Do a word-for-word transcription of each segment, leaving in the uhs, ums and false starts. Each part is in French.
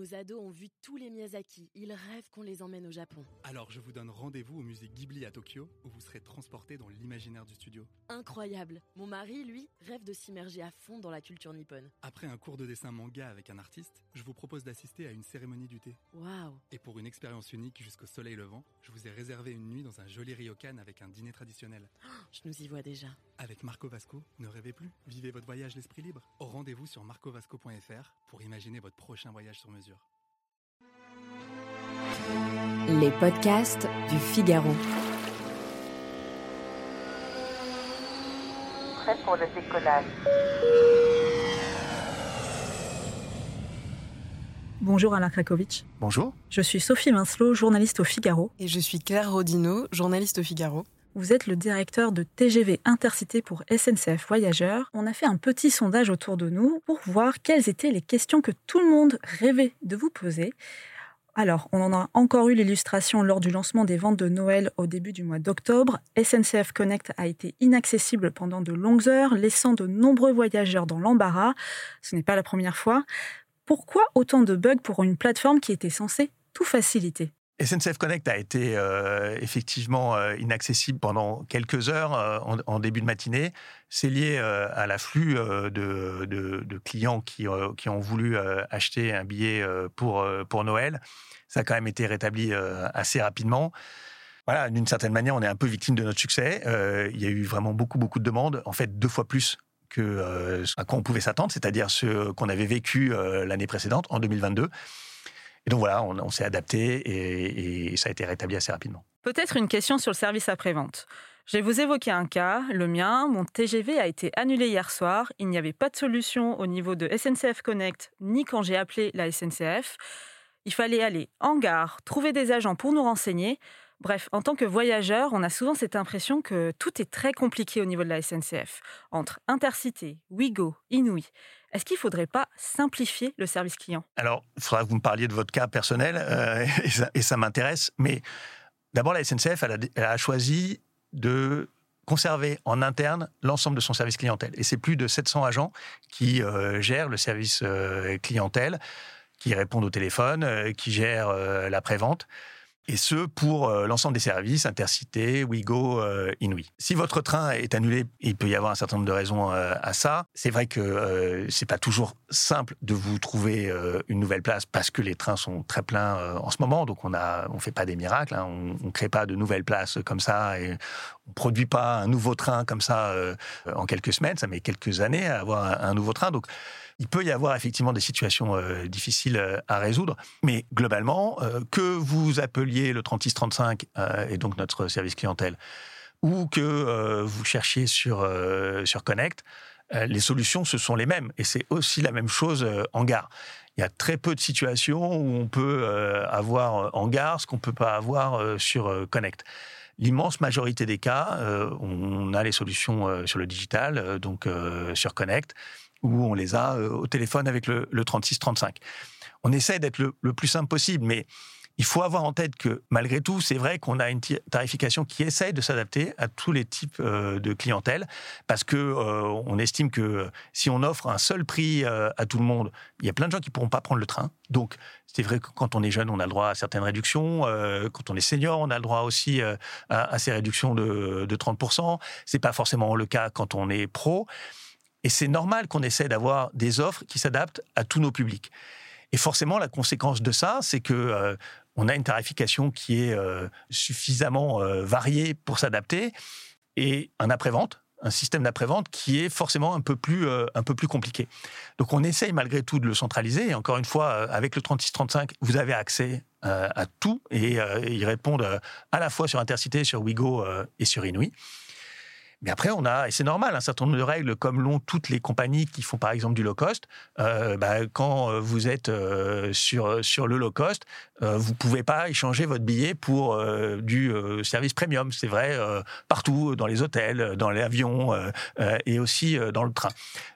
Nos ados ont vu tous les Miyazaki. Ils rêvent qu'on les emmène au Japon. Alors je vous donne rendez-vous au musée Ghibli à Tokyo, où vous serez transportés dans l'imaginaire du studio. Incroyable. Mon mari, lui, rêve de s'immerger à fond dans la culture nippone. Après un cours de dessin manga avec un artiste, je vous propose d'assister à une cérémonie du thé. Waouh. Et pour une expérience unique jusqu'au soleil levant, je vous ai réservé une nuit dans un joli ryokan avec un dîner traditionnel. Oh, je nous y vois déjà. Avec Marco Vasco, ne rêvez plus, vivez votre voyage l'esprit libre. Au rendez-vous sur marco vasco point f r pour imaginer votre prochain voyage sur mesure. Les podcasts du Figaro. Prêt pour le décollage. Bonjour Alain Krakowicz. Bonjour. Je suis Sophie Mincelot, journaliste au Figaro. Et je suis Claire Rodino, journaliste au Figaro. Vous êtes le directeur de T G V Intercité pour S N C F Voyageurs. On a fait un petit sondage autour de nous pour voir quelles étaient les questions que tout le monde rêvait de vous poser. Alors, on en a encore eu l'illustration lors du lancement des ventes de Noël au début du mois d'octobre. S N C F Connect a été inaccessible pendant de longues heures, laissant de nombreux voyageurs dans l'embarras. Ce n'est pas la première fois. Pourquoi autant de bugs pour une plateforme qui était censée tout faciliter ? S N C F Connect a été euh, effectivement euh, inaccessible pendant quelques heures euh, en, en début de matinée. C'est lié euh, à l'afflux euh, de, de, de clients qui, euh, qui ont voulu euh, acheter un billet euh, pour, euh, pour Noël. Ça a quand même été rétabli euh, assez rapidement. Voilà, d'une certaine manière, on est un peu victime de notre succès. Euh, il y a eu vraiment beaucoup, beaucoup de demandes, en fait deux fois plus que euh, à quoi on pouvait s'attendre, c'est-à-dire ce qu'on avait vécu euh, l'année précédente, en deux mille vingt-deux. Et donc voilà, on, on s'est adapté et, et ça a été rétabli assez rapidement. Peut-être une question sur le service après-vente. Je vais vous évoquer un cas, le mien. Mon T G V a été annulé hier soir. Il n'y avait pas de solution au niveau de S N C F Connect, ni quand j'ai appelé la S N C F. Il fallait aller en gare, trouver des agents pour nous renseigner. Bref, en tant que voyageur, on a souvent cette impression que tout est très compliqué au niveau de la S N C F. Entre Intercité, Ouigo, Inouï. Est-ce qu'il ne faudrait pas simplifier le service client ? Alors, il faudra que vous me parliez de votre cas personnel, euh, et ça, et ça m'intéresse. Mais d'abord, la S N C F, elle a, elle a choisi de conserver en interne l'ensemble de son service clientèle. Et c'est plus de sept cents agents qui euh, gèrent le service euh, clientèle, qui répondent au téléphone, euh, qui gèrent euh, la prévente. Et ce, pour euh, l'ensemble des services, Intercité, Ouigo, euh, Inouï. Si votre train est annulé, il peut y avoir un certain nombre de raisons euh, à ça. C'est vrai que euh, c'est pas toujours simple de vous trouver euh, une nouvelle place parce que les trains sont très pleins euh, en ce moment. Donc on a, on fait pas des miracles, hein, on, on crée pas de nouvelles places comme ça et on produit pas un nouveau train comme ça euh, en quelques semaines. Ça met quelques années à avoir un, un nouveau train. Donc il peut y avoir effectivement des situations euh, difficiles euh, à résoudre, mais globalement, euh, que vous appeliez le trente-six trente-cinq, euh, et donc notre service clientèle, ou que euh, vous cherchiez sur, euh, sur Connect, euh, les solutions, ce sont les mêmes. Et c'est aussi la même chose euh, en gare. Il y a très peu de situations où on peut euh, avoir en gare ce qu'on ne peut pas avoir euh, sur euh, Connect. L'immense majorité des cas, euh, on a les solutions euh, sur le digital, euh, donc euh, sur Connect, où on les a euh, au téléphone avec le, le trente-six trente-cinq. On essaie d'être le, le plus simple possible, mais il faut avoir en tête que, malgré tout, c'est vrai qu'on a une tarification qui essaye de s'adapter à tous les types euh, de clientèle, parce que euh, on estime que si on offre un seul prix euh, à tout le monde, il y a plein de gens qui ne pourront pas prendre le train. Donc, c'est vrai que quand on est jeune, on a le droit à certaines réductions. Euh, quand on est senior, on a le droit aussi euh, à, à ces réductions de, de trente pour cent. Ce n'est pas forcément le cas quand on est pro. Et c'est normal qu'on essaie d'avoir des offres qui s'adaptent à tous nos publics. Et forcément, la conséquence de ça, c'est que euh, on a une tarification qui est euh, suffisamment euh, variée pour s'adapter, et un après-vente, un système d'après-vente qui est forcément un peu plus, euh, un peu plus compliqué. Donc on essaye malgré tout de le centraliser. Et encore une fois, euh, avec le trente-six trente-cinq, vous avez accès euh, à tout, et euh, ils répondent euh, à la fois sur Intercité, sur Ouigo euh, et sur Inouï. Mais après, on a, et c'est normal, un certain nombre de règles, comme l'ont toutes les compagnies qui font par exemple du low cost. Euh, bah, quand vous êtes euh, sur, sur le low cost, euh, vous ne pouvez pas échanger votre billet pour euh, du euh, service premium. C'est vrai euh, partout, dans les hôtels, dans l'avion euh, euh, et aussi euh, dans le train. Donc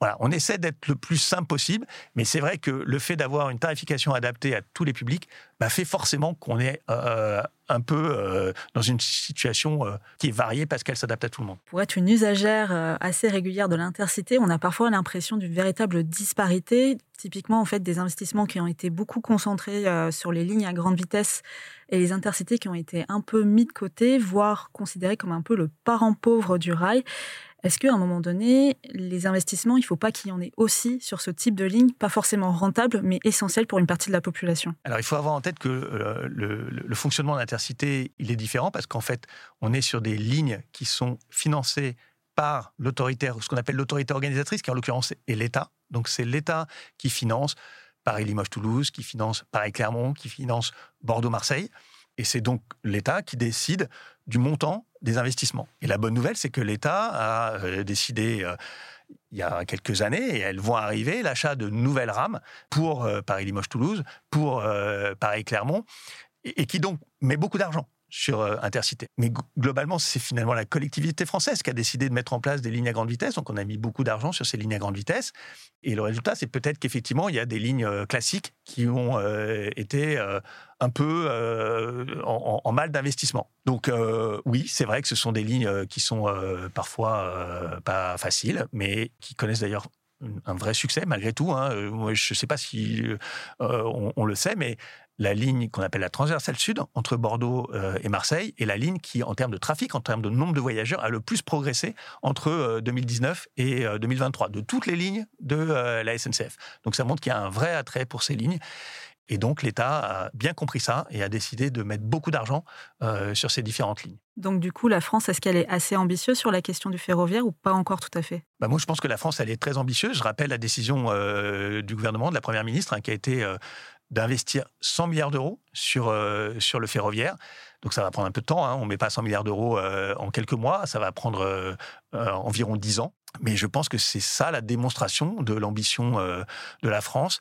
Voilà, on essaie d'être le plus simple possible, mais c'est vrai que le fait d'avoir une tarification adaptée à tous les publics bah, fait forcément qu'on est euh, un peu euh, dans une situation euh, qui est variée parce qu'elle s'adapte à tout le monde. Pour être une usagère euh, assez régulière de l'Intercité, on a parfois l'impression d'une véritable disparité. Typiquement, en fait, des investissements qui ont été beaucoup concentrés euh, sur les lignes à grande vitesse et les intercités qui ont été un peu mis de côté, voire considérés comme un peu le parent pauvre du rail. Est-ce qu'à un moment donné, les investissements, il ne faut pas qu'il y en ait aussi sur ce type de ligne, pas forcément rentable, mais essentiel pour une partie de la population? Alors, il faut avoir en tête que euh, le, le fonctionnement de l'Intercité, il est différent parce qu'en fait, on est sur des lignes qui sont financées par l'autorité, ce qu'on appelle l'autorité organisatrice, qui en l'occurrence est l'État. Donc, c'est l'État qui finance Paris-Limoges-Toulouse, qui finance Paris-Clermont, qui finance Bordeaux-Marseille. Et c'est donc l'État qui décide du montant des investissements. Et la bonne nouvelle, c'est que l'État a euh, décidé euh, il y a quelques années, et elles vont arriver, l'achat de nouvelles rames pour euh, Paris-Limoges-Toulouse, pour euh, Paris-Clermont, et, et qui donc met beaucoup d'argent sur euh, Intercité. Mais g- globalement, c'est finalement la collectivité française qui a décidé de mettre en place des lignes à grande vitesse. Donc, on a mis beaucoup d'argent sur ces lignes à grande vitesse. Et le résultat, c'est peut-être qu'effectivement, il y a des lignes euh, classiques qui ont euh, été euh, un peu euh, en, en mal d'investissement. Donc, euh, oui, c'est vrai que ce sont des lignes qui sont euh, parfois euh, pas faciles, mais qui connaissent d'ailleurs un vrai succès malgré tout. Hein. Moi, je ne sais pas si euh, on, on le sait, mais la ligne qu'on appelle la transversale sud, entre Bordeaux euh, et Marseille, est la ligne qui, en termes de trafic, en termes de nombre de voyageurs, a le plus progressé entre euh, deux mille dix-neuf et euh, deux mille vingt-trois, de toutes les lignes de euh, la S N C F. Donc ça montre qu'il y a un vrai attrait pour ces lignes. Et donc l'État a bien compris ça et a décidé de mettre beaucoup d'argent euh, sur ces différentes lignes. Donc du coup, la France, est-ce qu'elle est assez ambitieuse sur la question du ferroviaire ou pas encore tout à fait? Bah moi, je pense que la France, elle est très ambitieuse. Je rappelle la décision euh, du gouvernement, de la Première ministre, hein, qui a été euh, d'investir cent milliards d'euros sur, euh, sur le ferroviaire. Donc ça va prendre un peu de temps. Hein. On ne met pas cent milliards d'euros euh, en quelques mois. Ça va prendre euh, euh, environ dix ans. Mais je pense que c'est ça la démonstration de l'ambition euh, de la France.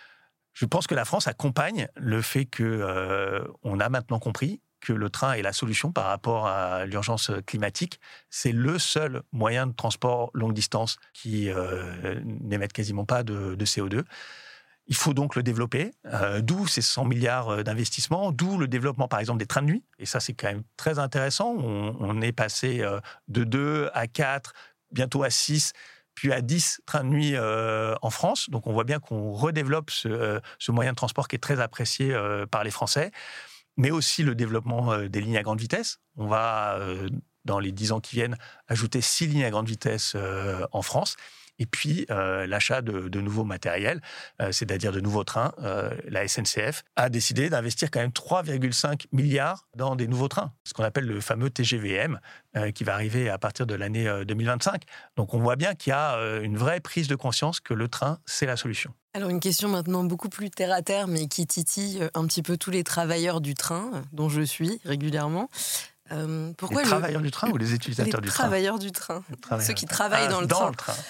Je pense que la France accompagne le fait qu'on euh, a maintenant compris que le train est la solution par rapport à l'urgence climatique. C'est le seul moyen de transport longue distance qui euh, n'émette quasiment pas de, de C O deux. Il faut donc le développer, euh, d'où ces cent milliards d'investissements, d'où le développement, par exemple, des trains de nuit. Et ça, c'est quand même très intéressant. On, on est passé euh, de deux à quatre, bientôt à six, puis à dix trains de nuit euh, en France. Donc, on voit bien qu'on redéveloppe ce, euh, ce moyen de transport qui est très apprécié euh, par les Français, mais aussi le développement euh, des lignes à grande vitesse. On va, euh, dans les dix ans qui viennent, ajouter six lignes à grande vitesse euh, en France. Et puis, euh, l'achat de, de nouveaux matériels, euh, c'est-à-dire de nouveaux trains. Euh, la S N C F a décidé d'investir quand même trois virgule cinq milliards dans des nouveaux trains, ce qu'on appelle le fameux T G V M, euh, qui va arriver à partir de l'année euh, deux mille vingt-cinq. Donc, on voit bien qu'il y a euh, une vraie prise de conscience que le train, c'est la solution. Alors, une question maintenant beaucoup plus terre-à-terre, mais qui titille un petit peu tous les travailleurs du train, dont je suis régulièrement. Euh, pourquoi les travailleurs le... du train ou les utilisateurs les du travailleurs train du train Les travailleurs Ceux qui travaillent ah, dans le dans train. Le train.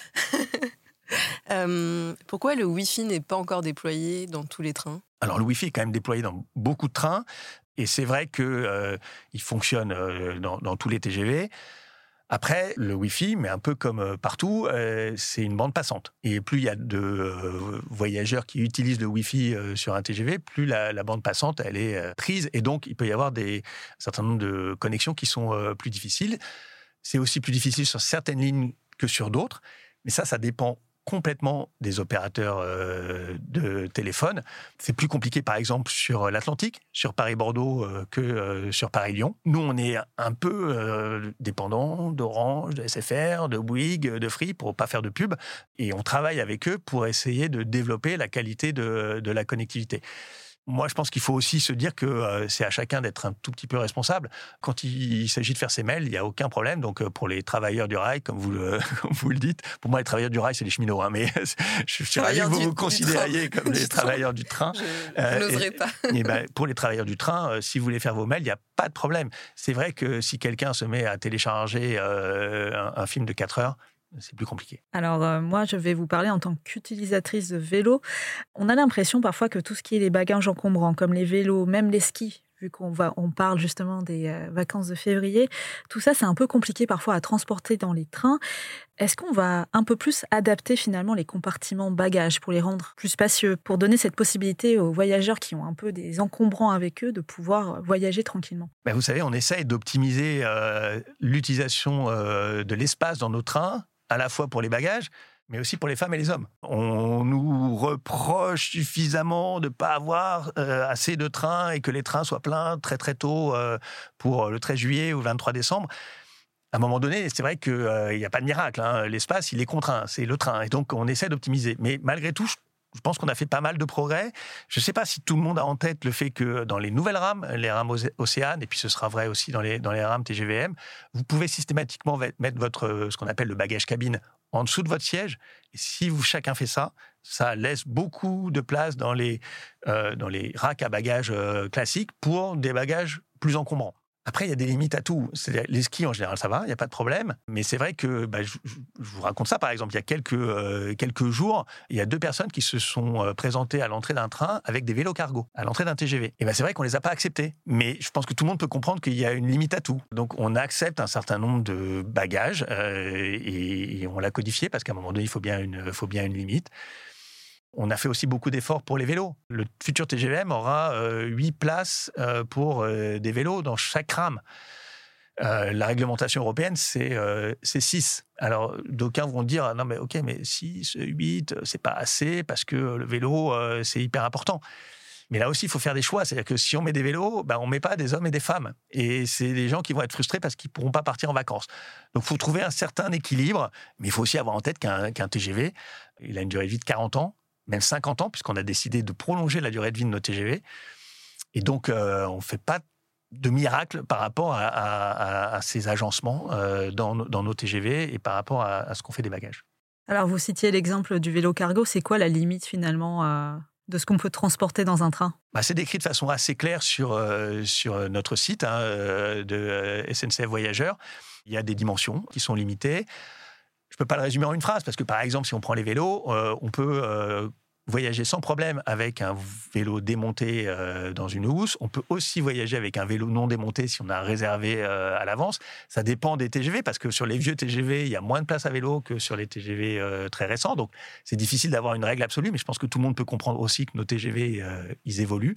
euh, pourquoi le Wi-Fi n'est pas encore déployé dans tous les trains? Alors, le Wi-Fi est quand même déployé dans beaucoup de trains. Et c'est vrai qu'il euh, fonctionne euh, dans, dans tous les T G V. Après, le Wi-Fi, mais un peu comme partout, euh, c'est une bande passante. Et plus il y a de euh, voyageurs qui utilisent le Wi-Fi euh, sur un T G V, plus la, la bande passante, elle est euh, prise. Et donc, il peut y avoir des, un certain nombre de connexions qui sont euh, plus difficiles. C'est aussi plus difficile sur certaines lignes que sur d'autres. Mais ça, ça dépend complètement des opérateurs euh, de téléphone. C'est plus compliqué, par exemple, sur l'Atlantique, sur Paris-Bordeaux, euh, que euh, sur Paris-Lyon. Nous, on est un peu euh, dépendants d'Orange, de S F R, de Bouygues, de Free, pour ne pas faire de pub. Et on travaille avec eux pour essayer de développer la qualité de, de la connectivité. Moi, je pense qu'il faut aussi se dire que euh, c'est à chacun d'être un tout petit peu responsable. Quand il, il s'agit de faire ses mails, il n'y a aucun problème. Donc, euh, pour les travailleurs du rail, comme vous le, comme vous le dites, pour moi, les travailleurs du rail, c'est les cheminots. Hein, mais je suis ravi que vous vous considériez comme les travailleurs du train. Je, je euh, n'oserais pas. Et ben, pour les travailleurs du train, euh, si vous voulez faire vos mails, il n'y a pas de problème. C'est vrai que si quelqu'un se met à télécharger euh, un, un film de quatre heures, c'est plus compliqué. Alors, euh, moi, je vais vous parler en tant qu'utilisatrice de vélo. On a l'impression parfois que tout ce qui est les bagages encombrants, comme les vélos, même les skis, vu qu'on va, on parle justement des euh, vacances de février. Tout ça, c'est un peu compliqué parfois à transporter dans les trains. Est-ce qu'on va un peu plus adapter finalement les compartiments bagages pour les rendre plus spacieux, pour donner cette possibilité aux voyageurs qui ont un peu des encombrants avec eux de pouvoir voyager tranquillement? Ben, vous savez, on essaye d'optimiser euh, l'utilisation euh, de l'espace dans nos trains, à la fois pour les bagages, mais aussi pour les femmes et les hommes. On nous reproche suffisamment de ne pas avoir euh, assez de trains et que les trains soient pleins très très tôt euh, pour le treize juillet ou le vingt-trois décembre. À un moment donné, c'est vrai qu'il n'y euh, a pas de miracle. Hein. L'espace, il est contraint, c'est le train. Et donc, on essaie d'optimiser. Mais malgré tout, je pense qu'on a fait pas mal de progrès. Je ne sais pas si tout le monde a en tête le fait que dans les nouvelles rames, les rames Océane, et puis ce sera vrai aussi dans les, dans les rames T G V M, vous pouvez systématiquement mettre votre, ce qu'on appelle le bagage cabine en dessous de votre siège. Et si vous, chacun fait ça, ça laisse beaucoup de place dans les, euh, dans les racks à bagages euh, classiques pour des bagages plus encombrants. Après, il y a des limites à tout. C'est-à-dire, les skis, en général, ça va, il n'y a pas de problème. Mais c'est vrai que, bah, je, je vous raconte ça, par exemple, il y a quelques, euh, quelques jours, il y a deux personnes qui se sont euh, présentées à l'entrée d'un train avec des vélos cargo, à l'entrée d'un T G V. Et ben, c'est vrai qu'on ne les a pas acceptés. Mais je pense que tout le monde peut comprendre qu'il y a une limite à tout. Donc, on accepte un certain nombre de bagages euh, et, et on l'a codifié parce qu'à un moment donné, il faut bien une, faut bien une limite. On a fait aussi beaucoup d'efforts pour les vélos. Le futur T G V M aura euh, huit places euh, pour euh, des vélos dans chaque rame. Euh, la réglementation européenne, c'est, euh, c'est six. Alors, d'aucuns vont dire, non mais ok, mais six, huit, c'est pas assez parce que le vélo, euh, c'est hyper important. Mais là aussi, il faut faire des choix. C'est-à-dire que si on met des vélos, ben, on ne met pas des hommes et des femmes. Et c'est des gens qui vont être frustrés parce qu'ils ne pourront pas partir en vacances. Donc, il faut trouver un certain équilibre. Mais il faut aussi avoir en tête qu'un, qu'un T G V, il a une durée de vie de quarante ans. Même cinquante ans, puisqu'on a décidé de prolonger la durée de vie de nos T G V. Et donc, euh, on ne fait pas de miracle par rapport à, à, à ces agencements euh, dans, dans nos T G V et par rapport à, à ce qu'on fait des bagages. Alors, vous citiez l'exemple du vélo cargo. C'est quoi la limite, finalement, euh, de ce qu'on peut transporter dans un train? Bah, c'est décrit de façon assez claire sur, euh, sur notre site hein, de euh, S N C F Voyageurs. Il y a des dimensions qui sont limitées. Je ne peux pas le résumer en une phrase, parce que par exemple, si on prend les vélos, euh, on peut euh, voyager sans problème avec un vélo démonté euh, dans une housse. On peut aussi voyager avec un vélo non démonté si on a réservé euh, à l'avance. Ça dépend des T G V, parce que sur les vieux T G V, il y a moins de place à vélo que sur les T G V euh, très récents. Donc, c'est difficile d'avoir une règle absolue, mais je pense que tout le monde peut comprendre aussi que nos T G V, euh, ils évoluent.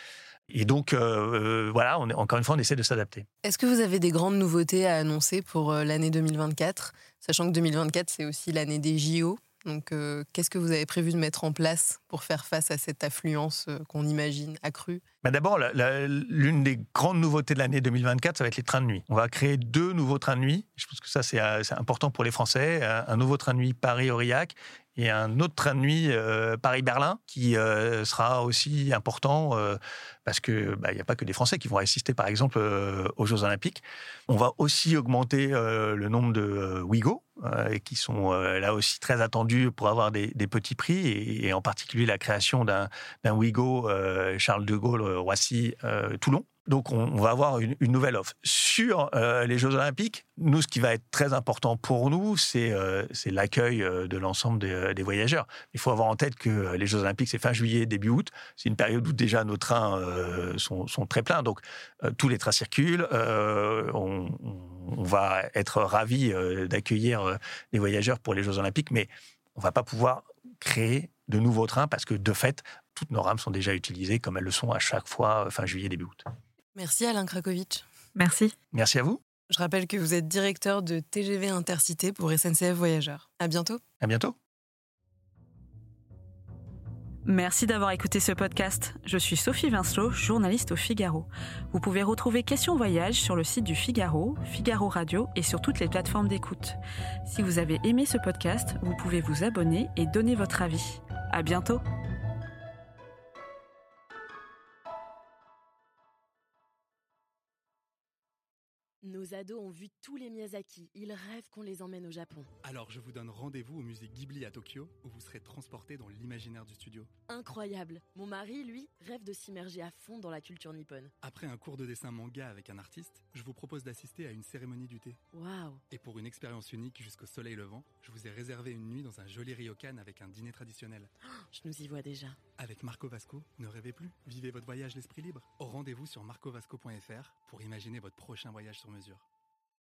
Et donc, euh, voilà, on est, encore une fois, on essaie de s'adapter. Est-ce que vous avez des grandes nouveautés à annoncer pour euh, l'année deux mille vingt-quatre, sachant que deux mille vingt-quatre, c'est aussi l'année des J O. Donc, euh, qu'est-ce que vous avez prévu de mettre en place pour faire face à cette affluence euh, qu'on imagine accrue? Bah d'abord, la, la, l'une des grandes nouveautés de l'année deux mille vingt-quatre, ça va être les trains de nuit. On va créer deux nouveaux trains de nuit. Je pense que ça, c'est, c'est important pour les Français. Un, un nouveau train de nuit Paris-Aurillac et un autre train de nuit euh, Paris-Berlin qui euh, sera aussi important euh, parce qu'il bah, n'y a pas que des Français qui vont assister, par exemple, euh, aux Jeux Olympiques. On va aussi augmenter euh, le nombre de euh, Ouigo, euh, qui sont euh, là aussi très attendus pour avoir des, des petits prix, et, et en particulier la création d'un, d'un Ouigo euh, Charles de Gaulle, Roissy, euh, Toulon. Donc, on, on va avoir une, une nouvelle offre. Sur euh, les Jeux Olympiques, nous, ce qui va être très important pour nous, c'est, euh, c'est l'accueil euh, de l'ensemble des, des voyageurs. Il faut avoir en tête que les Jeux Olympiques, c'est fin juillet, début août. C'est une période où déjà nos trains euh, sont, sont très pleins. Donc, euh, tous les trains circulent. Euh, on, on va être ravis euh, d'accueillir euh, les voyageurs pour les Jeux Olympiques, mais on ne va pas pouvoir créer de nouveaux trains parce que, de fait, toutes nos rames sont déjà utilisées comme elles le sont à chaque fois fin juillet, début août. Merci Alain Krakowicz. Merci. Merci à vous. Je rappelle que vous êtes directeur de T G V Intercité pour S N C F Voyageurs. À bientôt. À bientôt. Merci d'avoir écouté ce podcast. Je suis Sophie Vincelot, journaliste au Figaro. Vous pouvez retrouver Questions Voyage sur le site du Figaro, Figaro Radio et sur toutes les plateformes d'écoute. Si vous avez aimé ce podcast, vous pouvez vous abonner et donner votre avis. À bientôt. Nos ados ont vu tous les Miyazaki. Ils rêvent qu'on les emmène au Japon. Alors je vous donne rendez-vous au musée Ghibli à Tokyo, où vous serez transporté dans l'imaginaire du studio. Incroyable. Mon mari, lui, rêve de s'immerger à fond dans la culture nippone. Après un cours de dessin manga avec un artiste, je vous propose d'assister à une cérémonie du thé. Waouh. Et pour une expérience unique jusqu'au soleil levant, je vous ai réservé une nuit dans un joli ryokan avec un dîner traditionnel. Oh, je nous y vois déjà. Avec Marco Vasco, ne rêvez plus, vivez votre voyage l'esprit libre. Au rendez-vous sur marco vasco point f r pour imaginer votre prochain voyage sur mesure.